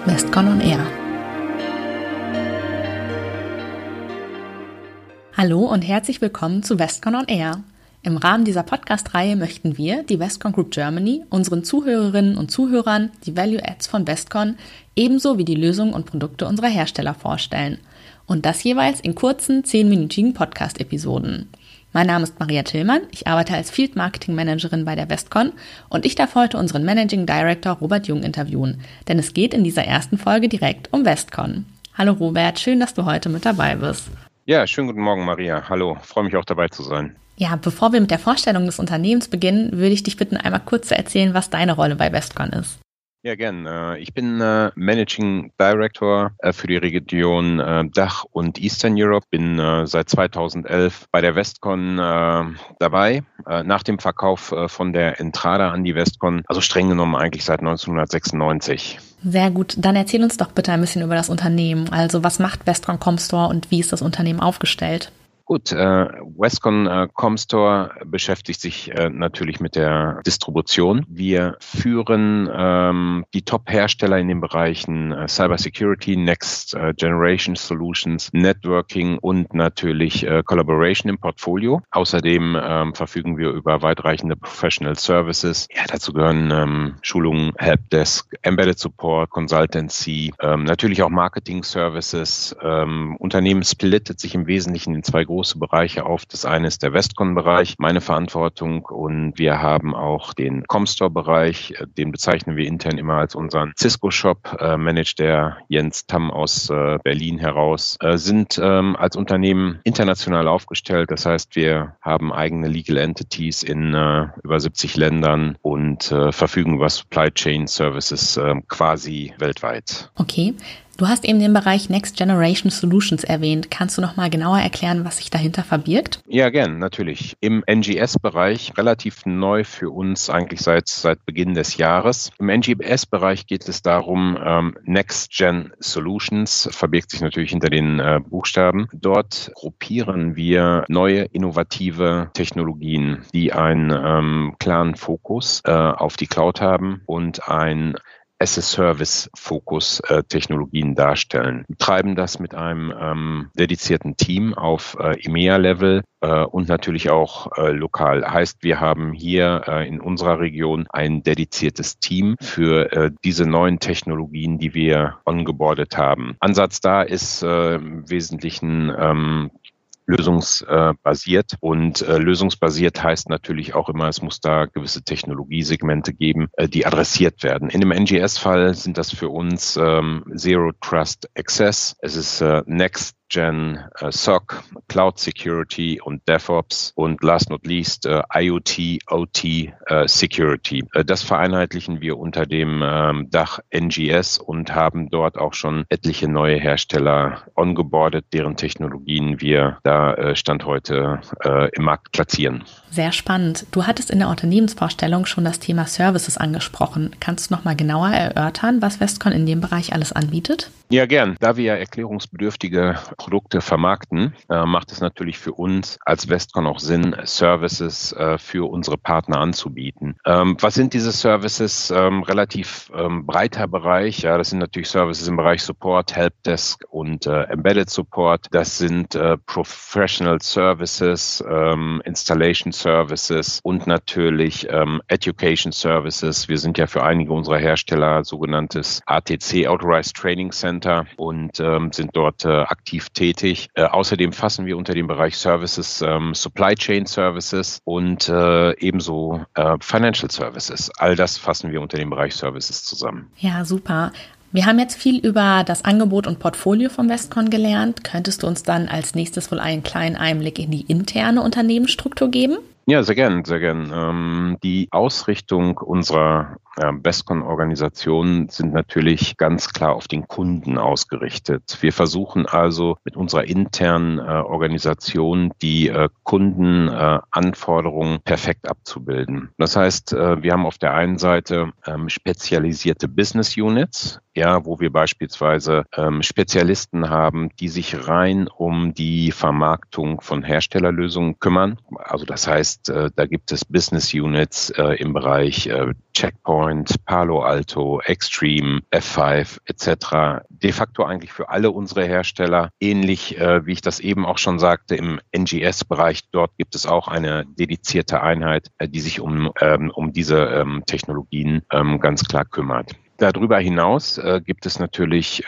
Westcon on Air. Hallo und herzlich willkommen zu Westcon on Air. Im Rahmen dieser Podcast-Reihe möchten wir, die Westcon Group Germany, unseren Zuhörerinnen und Zuhörern die Value-Adds von Westcon ebenso wie die Lösungen und Produkte unserer Hersteller vorstellen. Und das jeweils in kurzen, 10-minütigen Podcast-Episoden. Mein Name ist Maria Tillmann, ich arbeite als Field Marketing Managerin bei der Westcon und ich darf heute unseren Managing Director Robert Jung interviewen, denn es geht in dieser ersten Folge direkt um Westcon. Hallo Robert, schön, dass du heute mit dabei bist. Ja, schönen guten Morgen Maria, hallo, freue mich auch dabei zu sein. Ja, bevor wir mit der Vorstellung des Unternehmens beginnen, würde ich dich bitten, einmal kurz zu erzählen, was deine Rolle bei Westcon ist. Ja, gern. Ich bin Managing Director für die Region Dach und Eastern Europe. Bin seit 2011 bei der Westcon dabei, nach dem Verkauf von der Entrada an die Westcon, also streng genommen eigentlich seit 1996. Sehr gut. Dann erzähl uns doch bitte ein bisschen über das Unternehmen. Also was macht Westcon Comstore und wie ist das Unternehmen aufgestellt? Gut, Westcon Comstore beschäftigt sich natürlich mit der Distribution. Wir führen die Top-Hersteller in den Bereichen Cybersecurity, Next Generation Solutions, Networking und natürlich Collaboration im Portfolio. Außerdem verfügen wir über weitreichende Professional Services. Ja, dazu gehören Schulungen, Helpdesk, Embedded Support, Consultancy, natürlich auch Marketing Services. Unternehmen splittet sich im Wesentlichen in zwei große Bereiche auf. Das eine ist der Westcon-Bereich, meine Verantwortung, und wir haben auch den Comstore-Bereich, den bezeichnen wir intern immer als unseren Cisco-Shop, managt der Jens Tamm aus Berlin heraus, sind als Unternehmen international aufgestellt. Das heißt, wir haben eigene Legal Entities in über 70 Ländern und verfügen über Supply Chain Services quasi weltweit. Okay. Du hast eben den Bereich Next Generation Solutions erwähnt. Kannst du noch mal genauer erklären, was sich dahinter verbirgt? Ja, gern, natürlich. Im NGS-Bereich, relativ neu für uns eigentlich seit Beginn des Jahres. Im NGS-Bereich geht es darum, Next Gen Solutions, verbirgt sich natürlich hinter den Buchstaben. Dort gruppieren wir neue, innovative Technologien, die einen klaren Fokus auf die Cloud haben und ein as-a-Service-Fokus Technologien darstellen. Wir treiben das mit einem dedizierten Team auf EMEA-Level und natürlich auch lokal. Heißt, wir haben hier in unserer Region ein dediziertes Team für diese neuen Technologien, die wir ongeboardet haben. Ansatz da ist im Wesentlichen lösungsbasiert, und lösungsbasiert heißt natürlich auch immer, es muss da gewisse Technologiesegmente geben, die adressiert werden. In dem NGS-Fall sind das für uns Zero Trust Access, es ist Next Gen SOC, Cloud Security und DevOps und last not least IoT, OT Security. Das vereinheitlichen wir unter dem Dach NGS und haben dort auch schon etliche neue Hersteller ongeboardet, deren Technologien wir da Stand heute im Markt platzieren. Sehr spannend. Du hattest in der Unternehmensvorstellung schon das Thema Services angesprochen. Kannst du noch mal genauer erörtern, was Westcon in dem Bereich alles anbietet? Ja, gern. Da wir ja erklärungsbedürftige Produkte vermarkten, macht es natürlich für uns als Westcon auch Sinn, Services für unsere Partner anzubieten. Was sind diese Services? Relativ breiter Bereich. Ja, das sind natürlich Services im Bereich Support, Helpdesk und Embedded Support. Das sind Professional Services, Installation Services und natürlich Education Services. Wir sind ja für einige unserer Hersteller sogenanntes ATC, Authorized Training Center, und sind dort aktiv tätig. Außerdem fassen wir unter dem Bereich Services Supply Chain Services und ebenso Financial Services. All das fassen wir unter dem Bereich Services zusammen. Ja, super. Wir haben jetzt viel über das Angebot und Portfolio von Westcon gelernt. Könntest du uns dann als nächstes wohl einen kleinen Einblick in die interne Unternehmensstruktur geben? Ja, sehr gern, sehr gern. Die Ausrichtung unserer Westcon-Organisationen sind natürlich ganz klar auf den Kunden ausgerichtet. Wir versuchen also mit unserer internen Organisation die Kundenanforderungen perfekt abzubilden. Das heißt, wir haben auf der einen Seite spezialisierte Business Units, ja, wo wir beispielsweise Spezialisten haben, die sich rein um die Vermarktung von Herstellerlösungen kümmern. Also das heißt, da gibt es Business Units im Bereich Checkpoint, Palo Alto, Extreme, F5 etc. De facto eigentlich für alle unsere Hersteller. Ähnlich wie ich das eben auch schon sagte, im NGS-Bereich, dort gibt es auch eine dedizierte Einheit, die sich um diese Technologien ganz klar kümmert. Darüber hinaus gibt es natürlich,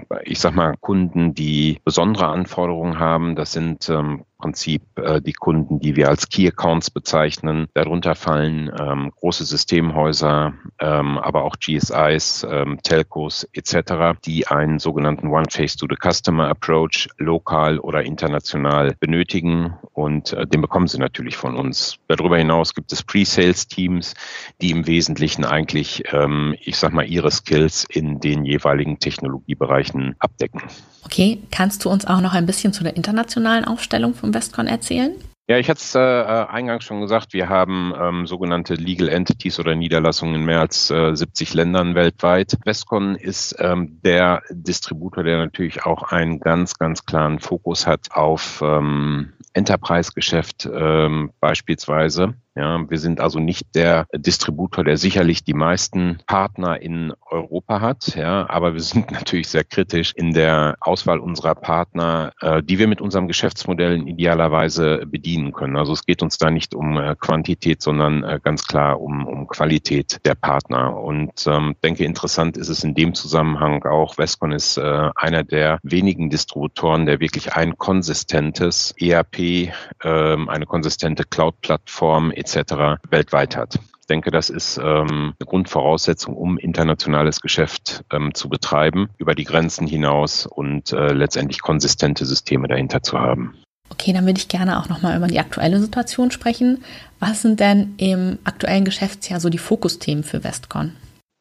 Kunden, die besondere Anforderungen haben. Das sind im Prinzip die Kunden, die wir als Key Accounts bezeichnen. Darunter fallen große Systemhäuser, aber auch GSIs, Telcos etc., die einen sogenannten One-Face-to-the-Customer-Approach lokal oder international benötigen, und den bekommen sie natürlich von uns. Darüber hinaus gibt es Pre-Sales-Teams, die im Wesentlichen eigentlich, ihre Skills in den jeweiligen Technologiebereichen abdecken. Okay, kannst du uns auch noch ein bisschen zu der internationalen Aufstellung vom Westcon erzählen? Ja, ich hatte es eingangs schon gesagt, wir haben sogenannte Legal Entities oder Niederlassungen in mehr als 70 Ländern weltweit. Westcon ist der Distributor, der natürlich auch einen ganz, ganz klaren Fokus hat auf Enterprise-Geschäft beispielsweise. Ja, wir sind also nicht der Distributor, der sicherlich die meisten Partner in Europa hat, ja, aber wir sind natürlich sehr kritisch in der Auswahl unserer Partner, die wir mit unserem Geschäftsmodell idealerweise bedienen können. Also es geht uns da nicht um Quantität, sondern ganz klar um Qualität der Partner. Und denke, interessant ist es in dem Zusammenhang auch, Westcon ist einer der wenigen Distributoren, der wirklich ein konsistentes ERP, eine konsistente Cloud-Plattform etc. weltweit hat. Ich denke, das ist eine Grundvoraussetzung, um internationales Geschäft zu betreiben, über die Grenzen hinaus und letztendlich konsistente Systeme dahinter zu haben. Okay, dann würde ich gerne auch nochmal über die aktuelle Situation sprechen. Was sind denn im aktuellen Geschäftsjahr so die Fokusthemen für Westcon?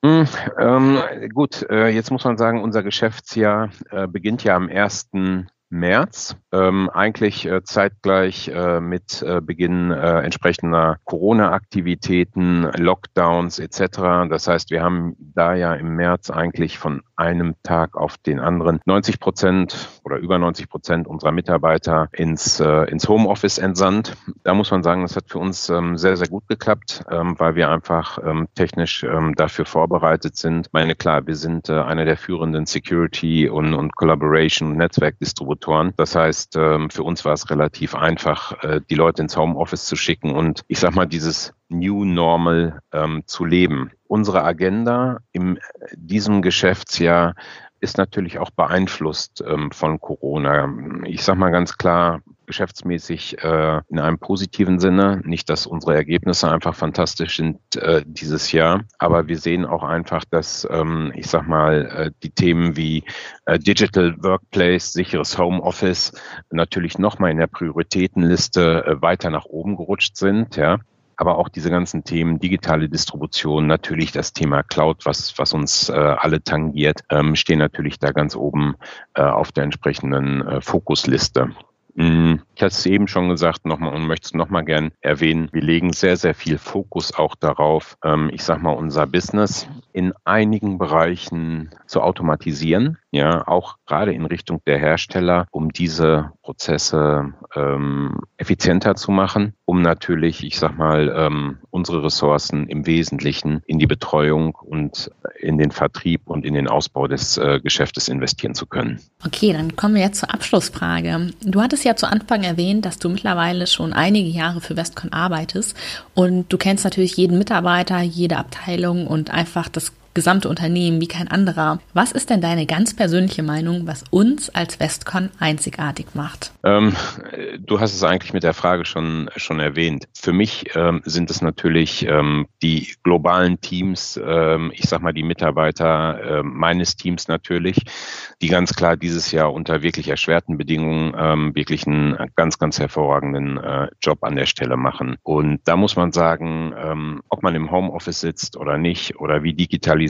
Jetzt muss man sagen, unser Geschäftsjahr beginnt ja am 1. März, eigentlich zeitgleich mit Beginn entsprechender Corona-Aktivitäten, Lockdowns etc. Das heißt, wir haben da ja im März eigentlich von einem Tag auf den anderen 90% oder über 90% unserer Mitarbeiter ins Homeoffice entsandt. Da muss man sagen, das hat für uns sehr, sehr gut geklappt, weil wir einfach technisch dafür vorbereitet sind. Ich meine, klar, wir sind einer der führenden Security- und Collaboration- und Netzwerkdistributoren. Das heißt, für uns war es relativ einfach, die Leute ins Homeoffice zu schicken und dieses New Normal zu leben. Unsere Agenda in diesem Geschäftsjahr ist natürlich auch beeinflusst von Corona. Ich sage mal ganz klar, geschäftsmäßig in einem positiven Sinne. Nicht, dass unsere Ergebnisse einfach fantastisch sind dieses Jahr, aber wir sehen auch einfach, dass die Themen wie Digital Workplace, sicheres Homeoffice natürlich nochmal in der Prioritätenliste weiter nach oben gerutscht sind, ja. Aber auch diese ganzen Themen, digitale Distribution, natürlich das Thema Cloud, was uns alle tangiert, stehen natürlich da ganz oben auf der entsprechenden Fokusliste. Ich hatte es eben schon gesagt nochmal und möchte es nochmal gern erwähnen. Wir legen sehr, sehr viel Fokus auch darauf, unser Business in einigen Bereichen zu automatisieren. Ja, auch gerade in Richtung der Hersteller, um diese Prozesse effizienter zu machen, um natürlich, unsere Ressourcen im Wesentlichen in die Betreuung und in den Vertrieb und in den Ausbau des Geschäftes investieren zu können. Okay, dann kommen wir jetzt zur Abschlussfrage. Du hattest ja zu Anfang erwähnt, dass du mittlerweile schon einige Jahre für Westcon arbeitest und du kennst natürlich jeden Mitarbeiter, jede Abteilung und einfach das gesamte Unternehmen wie kein anderer. Was ist denn deine ganz persönliche Meinung, was uns als Westcon einzigartig macht? Du hast es eigentlich mit der Frage schon erwähnt. Für mich sind es natürlich die globalen Teams, die Mitarbeiter meines Teams natürlich, die ganz klar dieses Jahr unter wirklich erschwerten Bedingungen wirklich einen ganz, ganz hervorragenden Job an der Stelle machen. Und da muss man sagen, ob man im Homeoffice sitzt oder nicht oder wie digitalisiert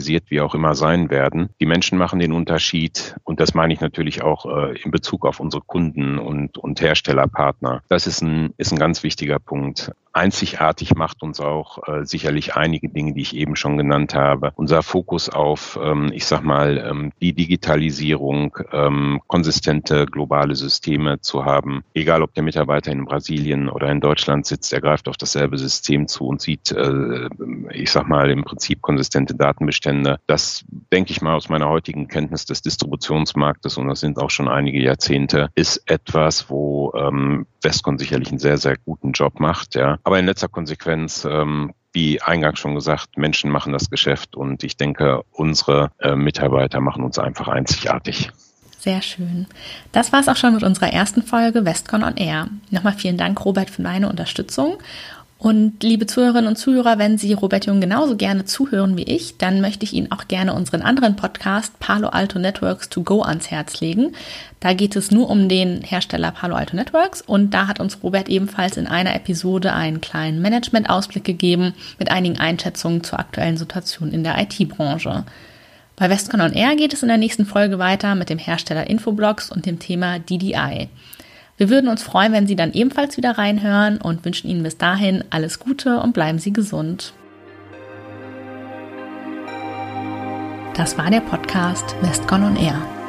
digitalisiert, wie auch immer sein werden. Die Menschen machen den Unterschied und das meine ich natürlich auch in Bezug auf unsere Kunden und Herstellerpartner. Das ist ein ganz wichtiger Punkt. Einzigartig macht uns auch sicherlich einige Dinge, die ich eben schon genannt habe. Unser Fokus auf, die Digitalisierung, konsistente globale Systeme zu haben. Egal, ob der Mitarbeiter in Brasilien oder in Deutschland sitzt, er greift auf dasselbe System zu und sieht, im Prinzip konsistente Datenbestände. Das, denke ich mal, aus meiner heutigen Kenntnis des Distributionsmarktes, und das sind auch schon einige Jahrzehnte, ist etwas, wo Westcon sicherlich einen sehr, sehr guten Job macht. Ja. Aber in letzter Konsequenz, wie eingangs schon gesagt, Menschen machen das Geschäft und ich denke, unsere Mitarbeiter machen uns einfach einzigartig. Sehr schön. Das war es auch schon mit unserer ersten Folge Westcon on Air. Nochmal vielen Dank, Robert, für deine Unterstützung. Und liebe Zuhörerinnen und Zuhörer, wenn Sie Robert Jung genauso gerne zuhören wie ich, dann möchte ich Ihnen auch gerne unseren anderen Podcast Palo Alto Networks to go ans Herz legen. Da geht es nur um den Hersteller Palo Alto Networks und da hat uns Robert ebenfalls in einer Episode einen kleinen Management-Ausblick gegeben mit einigen Einschätzungen zur aktuellen Situation in der IT-Branche. Bei Westcon on Air geht es in der nächsten Folge weiter mit dem Hersteller Infoblox und dem Thema DDI. Wir würden uns freuen, wenn Sie dann ebenfalls wieder reinhören und wünschen Ihnen bis dahin alles Gute und bleiben Sie gesund. Das war der Podcast Westcon on Air.